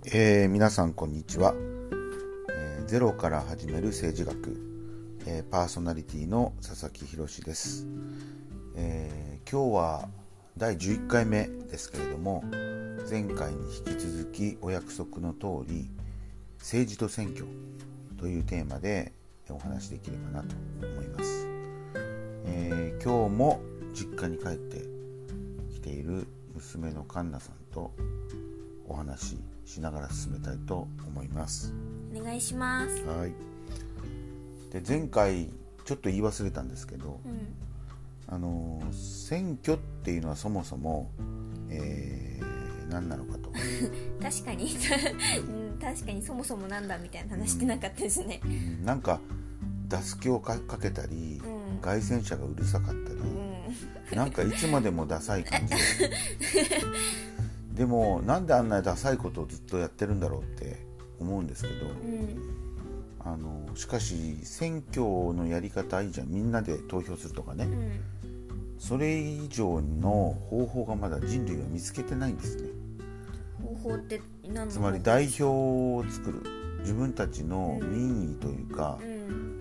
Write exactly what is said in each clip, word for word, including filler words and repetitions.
えー、皆さんこんにちは、えー、ゼロから始める政治学、えー、パーソナリティの佐々木宏です、えー、今日はだいじゅういっかいめですけれども、前回に引き続きお約束の通り政治と選挙というテーマでお話しできればなと思います、えー、今日も実家に帰ってきている娘のカンナさんとお話ししながら進めたいと思います。 お願いします。 はい。で、前回ちょっと言い忘れたんですけど、 うん、 あの選挙っていうのはそもそも、えー、何なのかと確かに、うん、確かにそもそもなんだみたいな話してなかったですね、 うん、なんかダスキをかけたり、うん、街宣車がうるさかったり、うん、なんかいつまでもダサい感じででもなんであんなダサいことをずっとやってるんだろうって思うんですけど、うん、あのしかし選挙のやり方いいじゃん、みんなで投票するとかね、うん、それ以上の方法がまだ人類は見つけてないんですね。 方法って何の方法ですか？ つまり代表を作る、自分たちの民意というか、うん、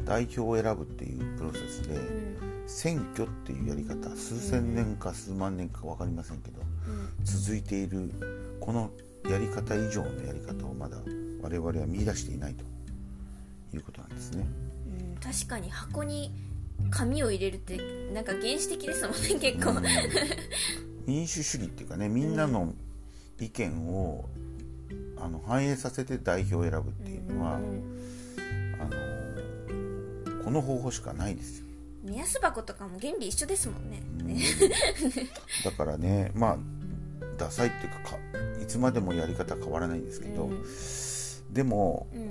代表を選ぶっていうプロセスで、うん、選挙っていうやり方、数千年か数万年か分かりませんけど、うん、続いているこのやり方以上のやり方をまだ我々は見出していないということなんですね、 うん、確かに箱に紙を入れるってなんか原始的ですもんね、結構、うん、 民主主義っていうかね、みんなの意見をあの反映させて代表を選ぶっていうのは、うんうん、あのこの方法しかないですよ。 目安箱とかも原理一緒ですもんね、うん、 だからね、まあダサいっていうか、かいつまでもやり方変わらないんですけど、うん、でも、うん、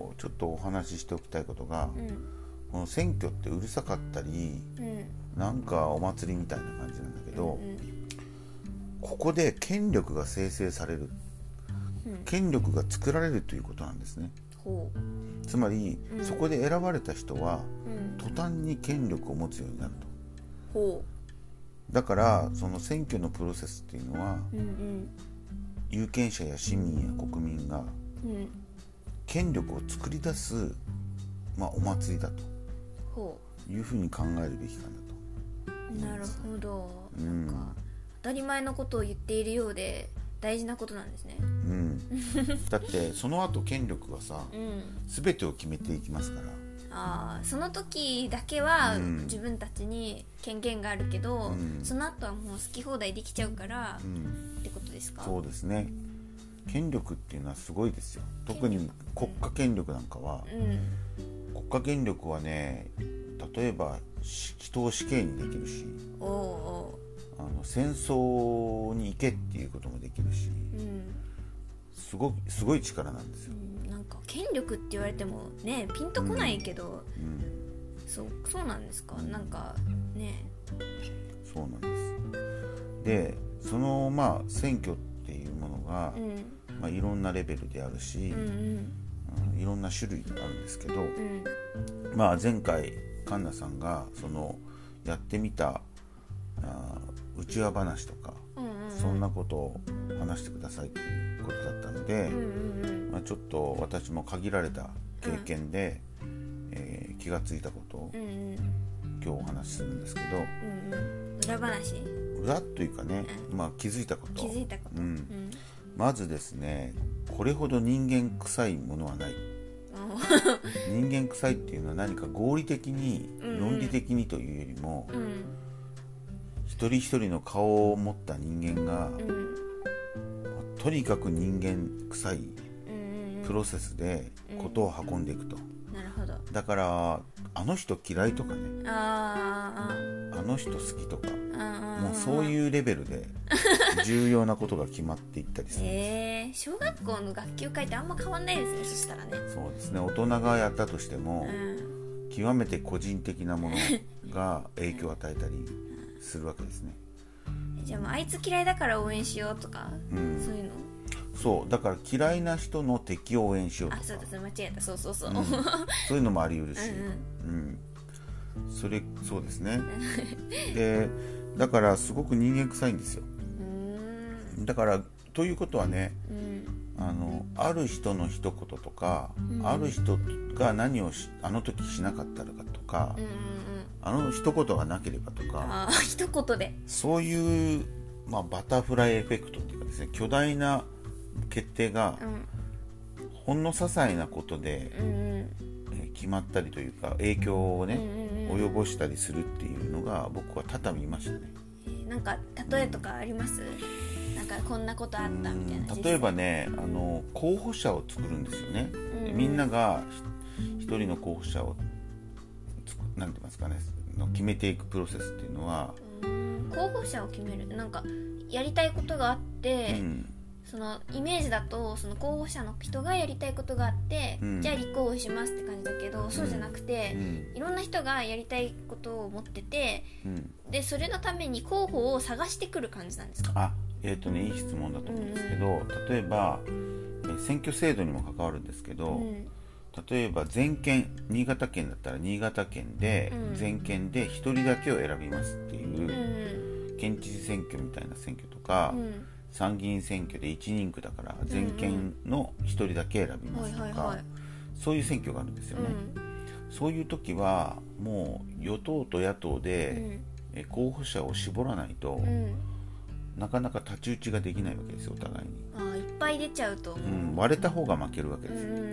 ちょっとお話ししておきたいことが、うん、この選挙ってうるさかったり、うん、なんかお祭りみたいな感じなんだけど、うんうん、ここで権力が生成される、うん、権力が作られるということなんですね。ほう。つまり、うん、そこで選ばれた人は、うん、途端に権力を持つようになると。ほう。だからその選挙のプロセスっていうのは、うんうん、有権者や市民や国民が権力を作り出す、まあ、お祭りだというふうに考えるべきかなと。 なるほど、うん、なんか当たり前のことを言っているようで大事なことなんですね、うん、 だってその後権力はさ、うん、全てを決めていきますから。 あ、その時だけは自分たちに権限があるけど、うん、その後はもう好き放題できちゃうから、うん、ってことですか？ そうですね。権力っていうのはすごいですよ。特に国家権力なんかは、うん、国家権力はね、例えば人を死刑にできるし、おうおう、あの戦争に行けっていうこともできるし、うん、すごすごい力なんですよ、 うん、なんか権力って言われてもねピンとこないけど、うんうん、そう、そうなんですか、うん、なんかね、 そうなんです。でそのまあ選挙っていうものが、うん、まあ、いろんなレベルであるし、うんうんうん、いろんな種類があるんですけど、うん、まあ前回カンナさんがそのやってみたあ内輪話とか、うんうんうん、そんなことを話してくださいっていうことだったので、うんうんうん、まあ、ちょっと私も限られた経験で、うん、えー、気がついたことを、うんうん、今日お話しするんですけど、うんうん、裏話裏というかね、うん、まあ、気づいたこと気づいたこと、うんうん、 まずですね、これほど人間臭いものはない人間臭いっていうのは何か合理的に、うんうん、論理的にというよりも、うん、一人一人の顔を持った人間が、うん、とにかく人間臭いプロセスでことを運んでいくと、 うん、なるほど。 だからあの人嫌いとかね、 ああの人好きとか、もうそういうレベルで重要なことが決まっていったりするんです、 えー、小学校の学級会ってあんま変わんないですね、そしたらね。 そうですね、大人がやったとしても、うん、極めて個人的なものが影響を与えたりするわけですねじゃあもうあいつ嫌いだから応援しようとか、うん、そういうの。 そうだから嫌いな人の敵を応援しようとか、 あ、そうだそう、間違えた、そうそうそう、うん、 そういうのもあり得るし、うん、うん、それそうですねでだからすごく人間臭いんですよ。だからということはね、うん、 あのある人の一言とか、 うん、 ある人が何をしあの時しなかったのかとか、 うんうんうん、 あの一言がなければとか、 あ一言でそういう、まあ、バタフライエフェクトっていうかですね、巨大な決定が、うん、ほんの些細なことで、うんうん、えー、決まったりというか影響をね、うんうんうん、及ぼしたりするっていうのが僕は多々見ましたね。 えー、なんか例えとかあります？なんかこんなことあったみたいな。 例えばね、あの候補者を作るんですよね、うんうん、みんなが一人の候補者をなんて言いますかね、決めていくプロセスっていうのは、 うん、候補者を決める、なんかやりたいことがあって、うん、そのイメージだとその候補者の人がやりたいことがあって、うん、じゃあ立候補しますって感じだけど、うん、そうじゃなくて、うん、いろんな人がやりたいことを持ってて、うん、でそれのために候補を探してくる感じなんですか？ あ、えーとね、いい質問だと思うんですけど、うん、例えばえ選挙制度にも関わるんですけど、うん、例えば全県、新潟県だったら新潟県で全県でひとりだけを選びますっていう、うん、県知事選挙みたいな選挙とか、うん、参議院選挙でいち人区だから全県のひとりだけ選びますとか、そういう選挙があるんですよね、うん、そういう時はもう与党と野党で、うん、え候補者を絞らないと、うん、なかなか太刀打ちができないわけですよ、お互いに。 あ、いっぱい出ちゃうと、 うん、割れた方が負けるわけですよ、うんうんうん、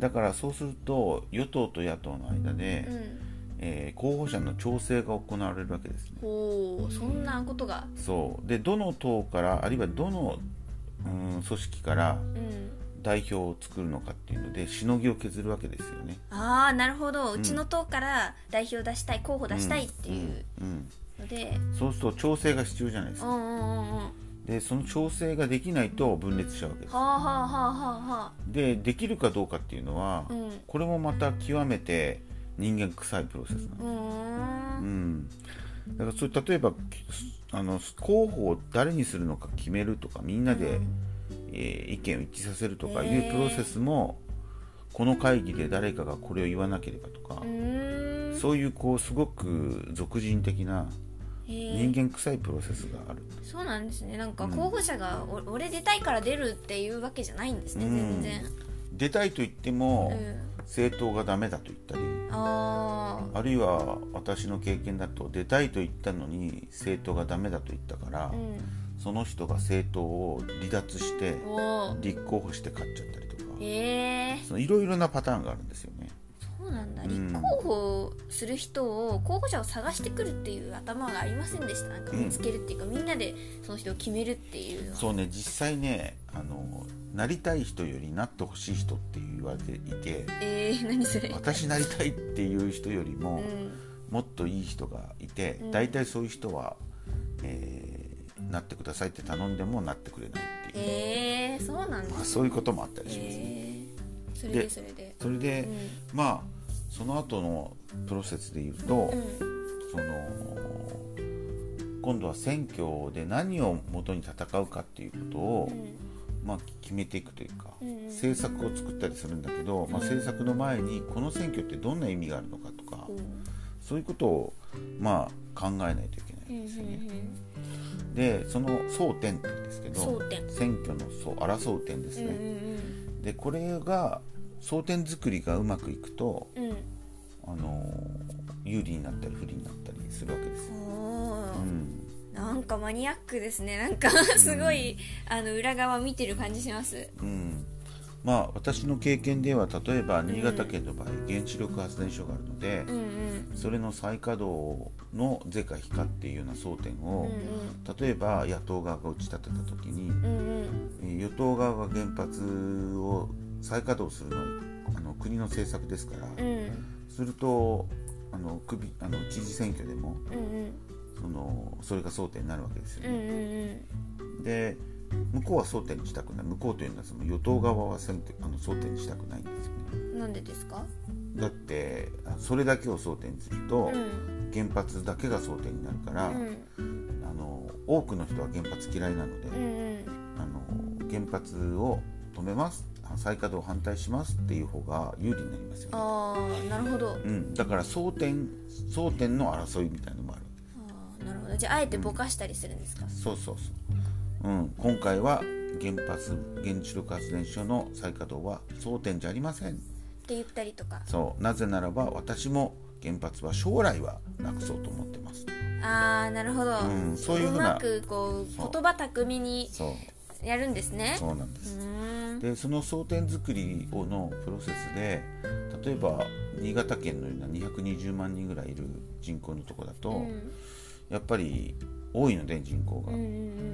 だからそうすると与党と野党の間で、うん、えー、候補者の調整が行われるわけですね。 おー、そんなことが。 そうで、どの党からあるいはどの、うん、組織から代表を作るのかっていうのでしのぎを削るわけですよね。 ああ、なるほど、うちの党から代表出したい、候補出したいっていうので、 うんうんうん、そうすると調整が必要じゃないですか、うんうんうん、でその調整ができないと分裂しちゃうわけです。 はあはあはあはあ、 でできるかどうかっていうのは、うん、これもまた極めて人間臭いプロセスなんです。うーん、うん、だからそれ例えばあの候補を誰にするのか決めるとか、みんなで、うん、えー、意見を一致させるとかいうプロセスも、この会議で誰かがこれを言わなければとか、そういうこうすごく俗人的な人間臭いプロセスがある。 そうなんですね。なんか候補者が、うん、俺出たいから出るっていうわけじゃないんですね、うん、全然。 出たいと言っても、うん、政党がダメだと言ったり、あ, あるいは私の経験だと出たいと言ったのに政党がダメだと言ったから、うん、その人が政党を離脱して立候補して勝っちゃったりとか、いろいろなパターンがあるんですよね。 そうなんだ、立候補する人を、候補者を探してくるっていう頭がありませんでした。なんか見つけるっていうか、うん、みんなでその人を決めるっていうのは。 そうね、実際ね、あのなりたい人よりなってほしい人って言われていて、 えー、何それ。 私なりたいっていう人よりも、うん、もっといい人がいて、うん、大体そういう人は、えー、なってくださいって頼んでもなってくれないっていう、 えー、そうなんです、ね、まあ、 そういうこともあったりしますね、 えー、それでそれでそれで、うん、まあその後のプロセスでいうと、うん、その今度は選挙で何を元に戦うかっていうことを、うん、まあ、決めていくというか、うん、政策を作ったりするんだけど、まあ、政策の前にこの選挙ってどんな意味があるのかとか、うん、そういうことを、まあ、考えないといけないんですよね、うんうんうん、でその争点って言うんですけど、選挙の争争う点ですね、うんうんうん、でこれが争点作りがうまくいくと、うん、あの有利になったり不利になったりするわけですよ、うん、 なんかマニアックですね。なんかすごい、うん、あの裏側見てる感じします、 うん、まあ私の経験では例えば新潟県の場合、うん、原子力発電所があるので、うんうん、それの再稼働の是か非かっていうような争点を、うんうん、例えば野党側が打ち立てた時に、うんうん、与党側が原発を再稼働するのはあの国の政策ですから、うん、するとあの首あの知事選挙でも、うんうん、そのそれが争点になるわけですよね、うんうんうん、で向こうは争点にしたくない、向こうというのはその与党側は選挙あの争点にしたくないんですよね。 なんでですか？ だってそれだけを争点にすると、うん、原発だけが争点になるから、うん、あの多くの人は原発嫌いなので、うんうん、あの原発を止めます、再稼働反対しますっていう方が有利になりますよね。 ああ、なるほど、 うん、だから争点争点の争いみたいなのもあるわけです。 あ、なるほど。じゃああえてぼかしたりするんですか？ うん、そうそうそう、うん、今回は原発原子力発電所の再稼働は争点じゃありませんって言ったりとか、 そうなぜならば私も原発は将来はなくそうと思ってます。 ああなるほど、 うん、そういうふうなうまくこう言葉巧みにやるんですね。 そうなんです。でその争点作りをのプロセスで例えば新潟県のようなにひゃくにじゅうまんにんぐらいいる人口のところだと、うん、やっぱり多いので人口が、うんうんうん、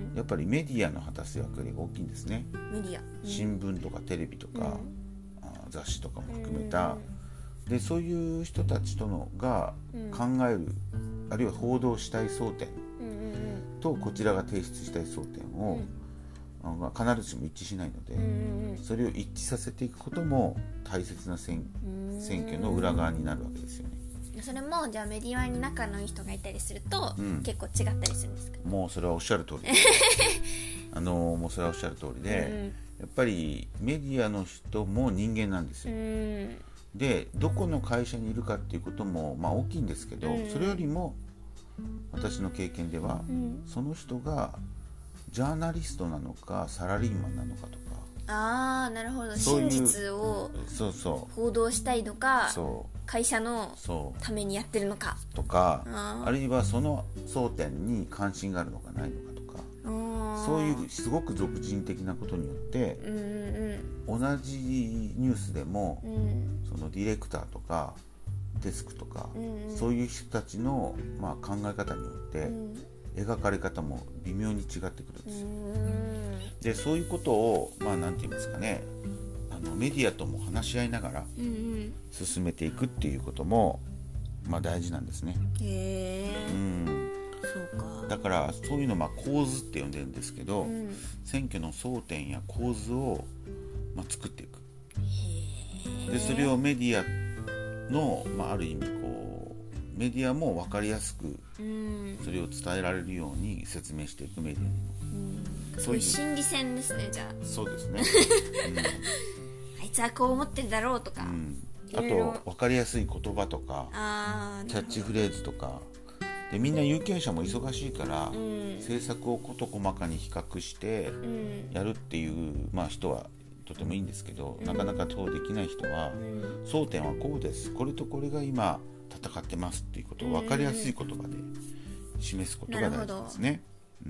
やっぱりメディアの果たす役割が大きいんですね。 メディア、うん、 新聞とかテレビとか、うん、雑誌とかも含めた、うん、でそういう人たちとのが考える、うん、あるいは報道したい争点、うんうんうん、とこちらが提出したい争点を、うん、必ずしも一致しないので、うんうん、それを一致させていくことも大切な 選, 選挙の裏側になるわけですよね。 それもじゃあメディアに仲のいい人がいたりすると、うん、結構違ったりするんですか？ もうそれはおっしゃる通りあのもうそれはおっしゃる通りで、うん、やっぱりメディアの人も人間なんですよ、うん、でどこの会社にいるかっていうことも、まあ、大きいんですけど、うん、それよりも私の経験では、うん、その人がジャーナリストなのかサラリーマンなのかとか、 ああなるほど、真実を報道したいのか、そう会社のためにやってるのかとか、 あ, あるいはその争点に関心があるのかないのかとか、そういうすごく俗人的なことによって、うんうん、同じニュースでも、うん、そのディレクターとかデスクとか、うんうん、そういう人たちの、まあ、考え方によって、うん、描かれ方も微妙に違ってくるんですよ。うんでそういうことを、まあ、なんて言いますかね、あのメディアとも話し合いながら進めていくっていうことも、まあ、大事なんですね。 へー、うん、そうか。 だからそういうのをまあ構図って呼んでるんですけど、うん、選挙の争点や構図をまあ作っていく。へー。でそれをメディアの、まあ、ある意味こうメディアも分かりやすくそれを伝えられるように説明していくメディアにも、 うん、そういう心理戦ですね。じゃあそうですね、うん、 あいつはこう思ってんだろうとか、うん、 あと分かりやすい言葉とかキャッチフレーズとかで、みんな有権者も忙しいから、うん、政策を事細かに比較してやるっていう、まあ、人はとてもいいんですけど、うん、なかなかそうできない人は、うん、争点はこうです、これとこれが今戦ってますっていうことを分かりやすい言葉で示すことが大事ですね。うん、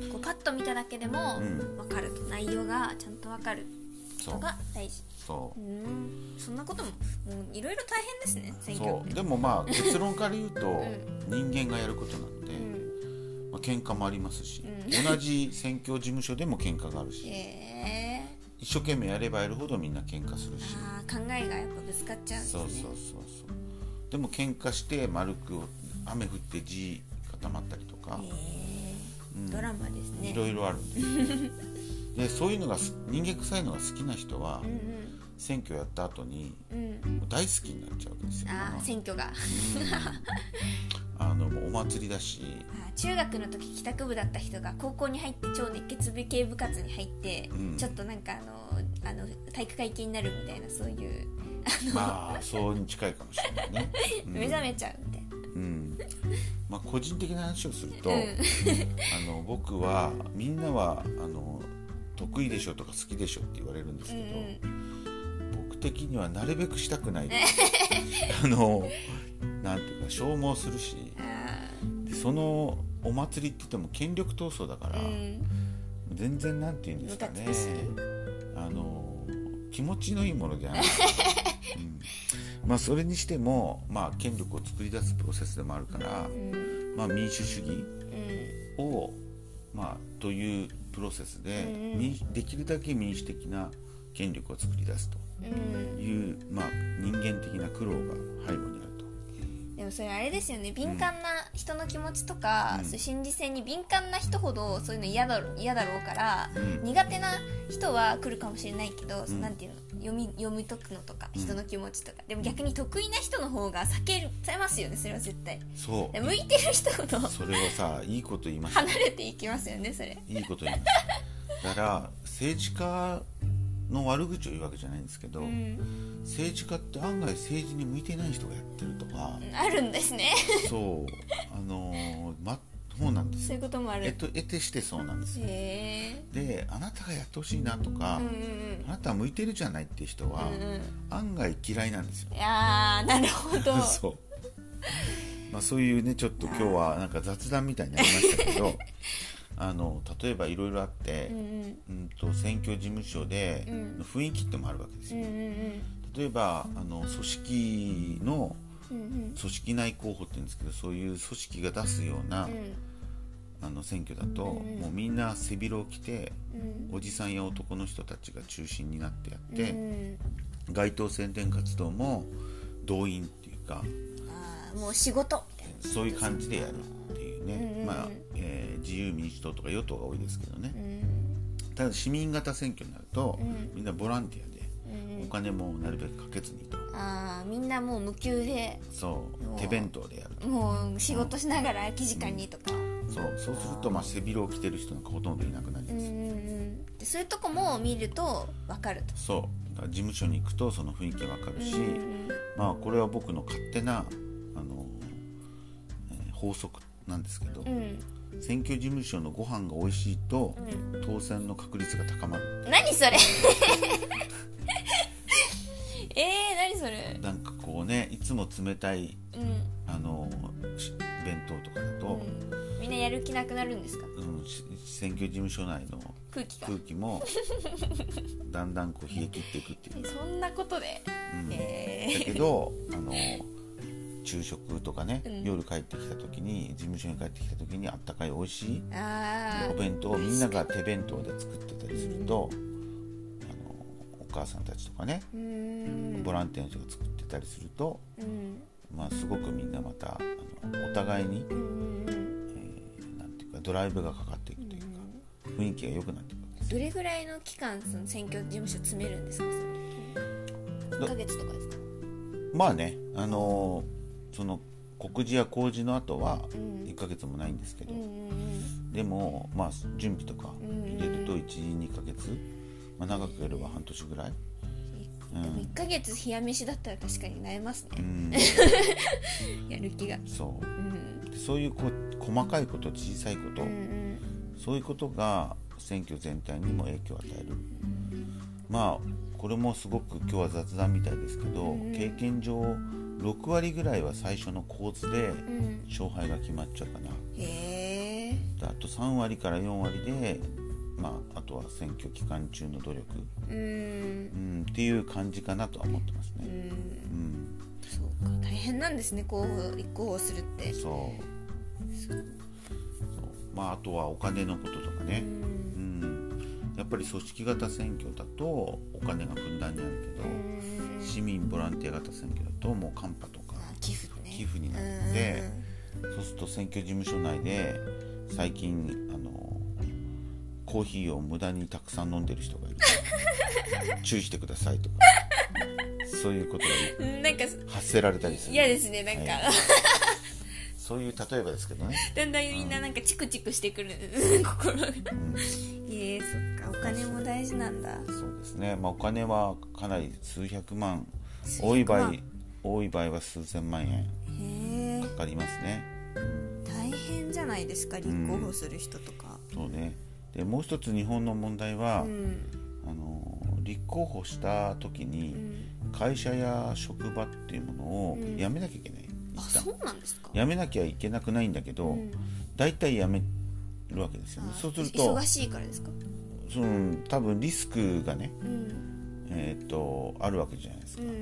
こうパッと見ただけでも分かると、うん、内容がちゃんと分かることが大事。 そう、うん、 そんなこともいろいろ大変ですね、選挙って。 そうでもまあ結論から言うと人間がやることなので、うん、まあ、喧嘩もありますし、うん、同じ選挙事務所でも喧嘩があるし、えー、一生懸命やればやるほどみんな喧嘩するし、 あ考えがやっぱぶつかっちゃうんですね。 そうそうそうそう。でも喧嘩して丸く雨降って地固まったりとか、えーうん、ドラマですね。 いろいろあるんですでそういうのが人間臭いのが好きな人は、うんうん、選挙やった後に、うん、大好きになっちゃうわけですよ。 あ選挙が、 うん、あのもうお祭りだし、 あ中学の時帰宅部だった人が高校に入って超熱血系部活に入って、うん、ちょっとなんかあのあの体育会系になるみたいな、そういうまあそうに近いかもしれないね、 うん、目覚めちゃうみたいな、 うんまあ、個人的な話をすると、うん、あの僕はみんなはあの得意でしょとか好きでしょって言われるんですけど、うん、僕的にはなるべくしたくないあのなんていうか消耗するし、でそのお祭りって言っても権力闘争だから、うん、全然なんていうんですかね、あの気持ちのいいものじゃない、うんまあ、それにしても、まあ、権力を作り出すプロセスでもあるから、うんまあ、民主主義を、うんまあ、というプロセスで、うん、できるだけ民主的な権力を作り出すという、うんまあ、人間的な苦労が背後にあると。 でもそれあれですよね、敏感な人の気持ちとか、うん、そういう心理戦に敏感な人ほどそういうの嫌だろ、嫌だろうから、うん、苦手な人は来るかもしれないけど、うん、なんていうの読み、読み解くのとか人の気持ちとか、うん、でも逆に得意な人の方が避けちゃいますよね、それは絶対。 そう向いてる人ほどそれはさ、いいこと言います、 ね、離れていきますよね、それ。 いいこと言います。だから政治家の悪口を言うわけじゃないんですけど、うん、政治家って案外政治に向いてない人がやってるとか、 あるんですね。 そうあのー、 そうなんです。 そういうこともある。 えっと、得てしてそうなんですよ。 へで、あなたがやってほしいなとか、うんうんうん、あなたは向いてるじゃないっていう人は、うんうん、案外嫌いなんですよ。 いやー、なるほど。 そう。まあ、そういうね、ちょっと今日はなんか雑談みたいになりましたけど、あの例えばいろいろあって、うんうんうん、と選挙事務所での雰囲気ってもあるわけですよ。うんうんうん、例えばあの組織の、うんうん、組織内候補って言うんですけど、そういう組織が出すような、うん、あの選挙だと、うんうん、もうみんな背広を着て、うん、おじさんや男の人たちが中心になってやって、うん、街頭宣伝活動も動員っていうか、 あ、もう仕事みたいな、 そういう感じでやるっていうね、うんうん、まあえー、自由民主党とか与党が多いですけどね、うん、ただ市民型選挙になると、うん、みんなボランティアで、うん、お金もなるべくかけずにと、 あ、みんなもう無給で、 そう手弁当でやると、 もう仕事しながら空き時間にとか、 うん、そうそうすると、まあ、背広を着てる人なんかほとんどいなくなります、うんうん、 でそういうとこも見ると分かると。 そうだから事務所に行くとその雰囲気が分かるし、うんうん、まあこれは僕の勝手なあの、えー、法則なんですけど、うん、選挙事務所のご飯が美味しいと、うん、当選の確率が高まる。 何それえー、何それ。 なんかこうね、いつも冷たい、うん、あの弁当とかだと、 うん、みんなやる気なくなるんですか。 うん、選挙事務所内の空気が空気もだんだんこう冷え切っていくっていうそんなことで、 うん、えー、だけどあの昼食とかね、うん、夜帰ってきた時に事務所に帰ってきた時にあったかい美味しいお弁当をみんなが手弁当で作ってたりすると、うん、あのお母さんたちとかね、うん、ボランティアの人が作ってたりすると、うん、まあ、すごくみんなまたあのお互いに、うん、えー、なんていうかドライブがかかっていくというか、うん、雰囲気が良くなっていくわけです。 どれぐらいの期間その選挙事務所詰めるんですか。それいっかげつとかですか。まあね、 あのーその告示や公示の後はいっかげつもないんですけど、うん、でもまあ準備とか入れると いち、にかげつ、まあ、長くやれば半年ぐらい、 うん、でもいっかげつ冷や飯だったら確かに悩ますね、うん、やる気がそう、うん、でそういうこう細かいこと小さいこと、うんうん、そういうことが選挙全体にも影響を与える、うん、まあこれもすごく今日は雑談みたいですけど、うん、経験上ろくわりぐらいは最初の構図で勝敗が決まっちゃうかな、うん、へー。あとさんわりからよんわりで、まあ、あとは選挙期間中の努力、うん、うん、っていう感じかなとは思ってますね、うんうん、 そうか、大変なんですね、候補立候補するって。 そうそうそう、まあ、あとはお金のこととかね、うん、うん、やっぱり組織型選挙だとお金がふんだんにあるけど、うん、市民ボランティア型選挙だともうカンパとか寄付、ね、 寄付になるので、そうすると選挙事務所内で最近あのコーヒーを無駄にたくさん飲んでる人がいる注意してくださいとかそういうことがなんか発せられたりする。 嫌ですね、なんか、はい、 そういう例えばですけどね、 だんだんみんななんかチクチクしてくる、うん、心が、うん、えー、そっか、お金も大事なんだ。 そうですね、まあ、お金はかなり数百万、多い場合多い場合は数千万円かかりますね、 うん、大変じゃないですか、立候補する人とか、 うん、そうね。でもう一つ日本の問題は、うん、あの立候補した時に会社や職場っていうものを辞めなきゃいけない、 うん、あ、そうなんですか。 辞めなきゃいけなくないんだけど、うん、大体辞めるわけですよね。そうすると忙しいからですか。 その多分リスクがね、うん、えー、とあるわけじゃないですか、うんうん、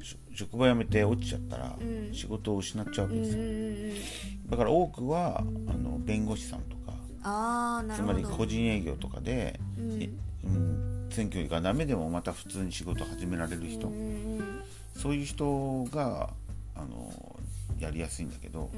職場辞めて落ちちゃったら仕事を失っちゃうわけですよ、うんうんうん、だから多くはあの弁護士さんとか、 あ、なるほど、 つまり個人営業とかで、うんうん、選挙がダメでもまた普通に仕事を始められる人、うんうん、そういう人があのやりやすいんだけど、うん、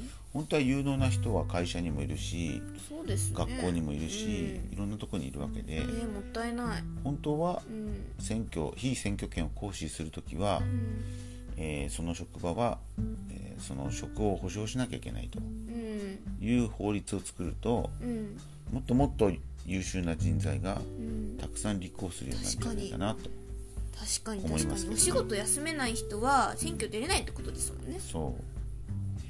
本当は有能な人は会社にもいるし、 そうですね、 学校にもいるし、うん、いろんなところにいるわけで、 えー、もったいない。 本当は選挙、非選挙権を行使するときは、うん、えー、その職場は、えー、その職を保障しなきゃいけないという法律を作ると、うん、もっともっと優秀な人材がたくさん立候補するようになるんじゃないかなと思いますけどね。 確かに確かに、お仕事休めない人は選挙出れないってことですもんね。 そう、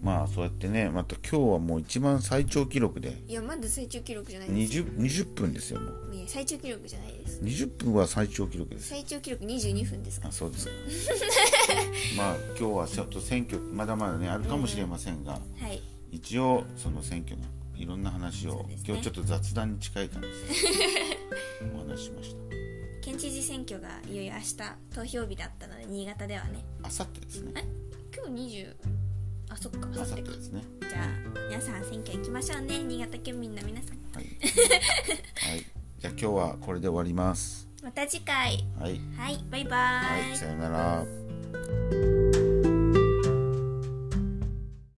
まあそうやってね、また今日はもう一番最長記録で、 いやまだ最長記録じゃないです。 にじゅう, にじゅっぷんですよ。もういや最長記録じゃないです。 にじゅっぷんは最長記録です。 最長記録にじゅうにふんですか。 あ、そうですかまあ今日はちょっと選挙まだまだねあるかもしれませんが、 うん、はい、 一応その選挙のいろんな話を、ね、今日ちょっと雑談に近い感じでお話ししました。 県知事選挙がいよいよ明日投票日だったので、新潟ではね、 あさってですね。 え今日にじゅう、あそっか、 あさってですね。 じゃあ皆さん選挙行きましょうね、新潟県民の皆さん。 はい、はい、じゃあ今日はこれで終わります。 また次回。 はい、 はい、バイバーイ。 はい、さよなら。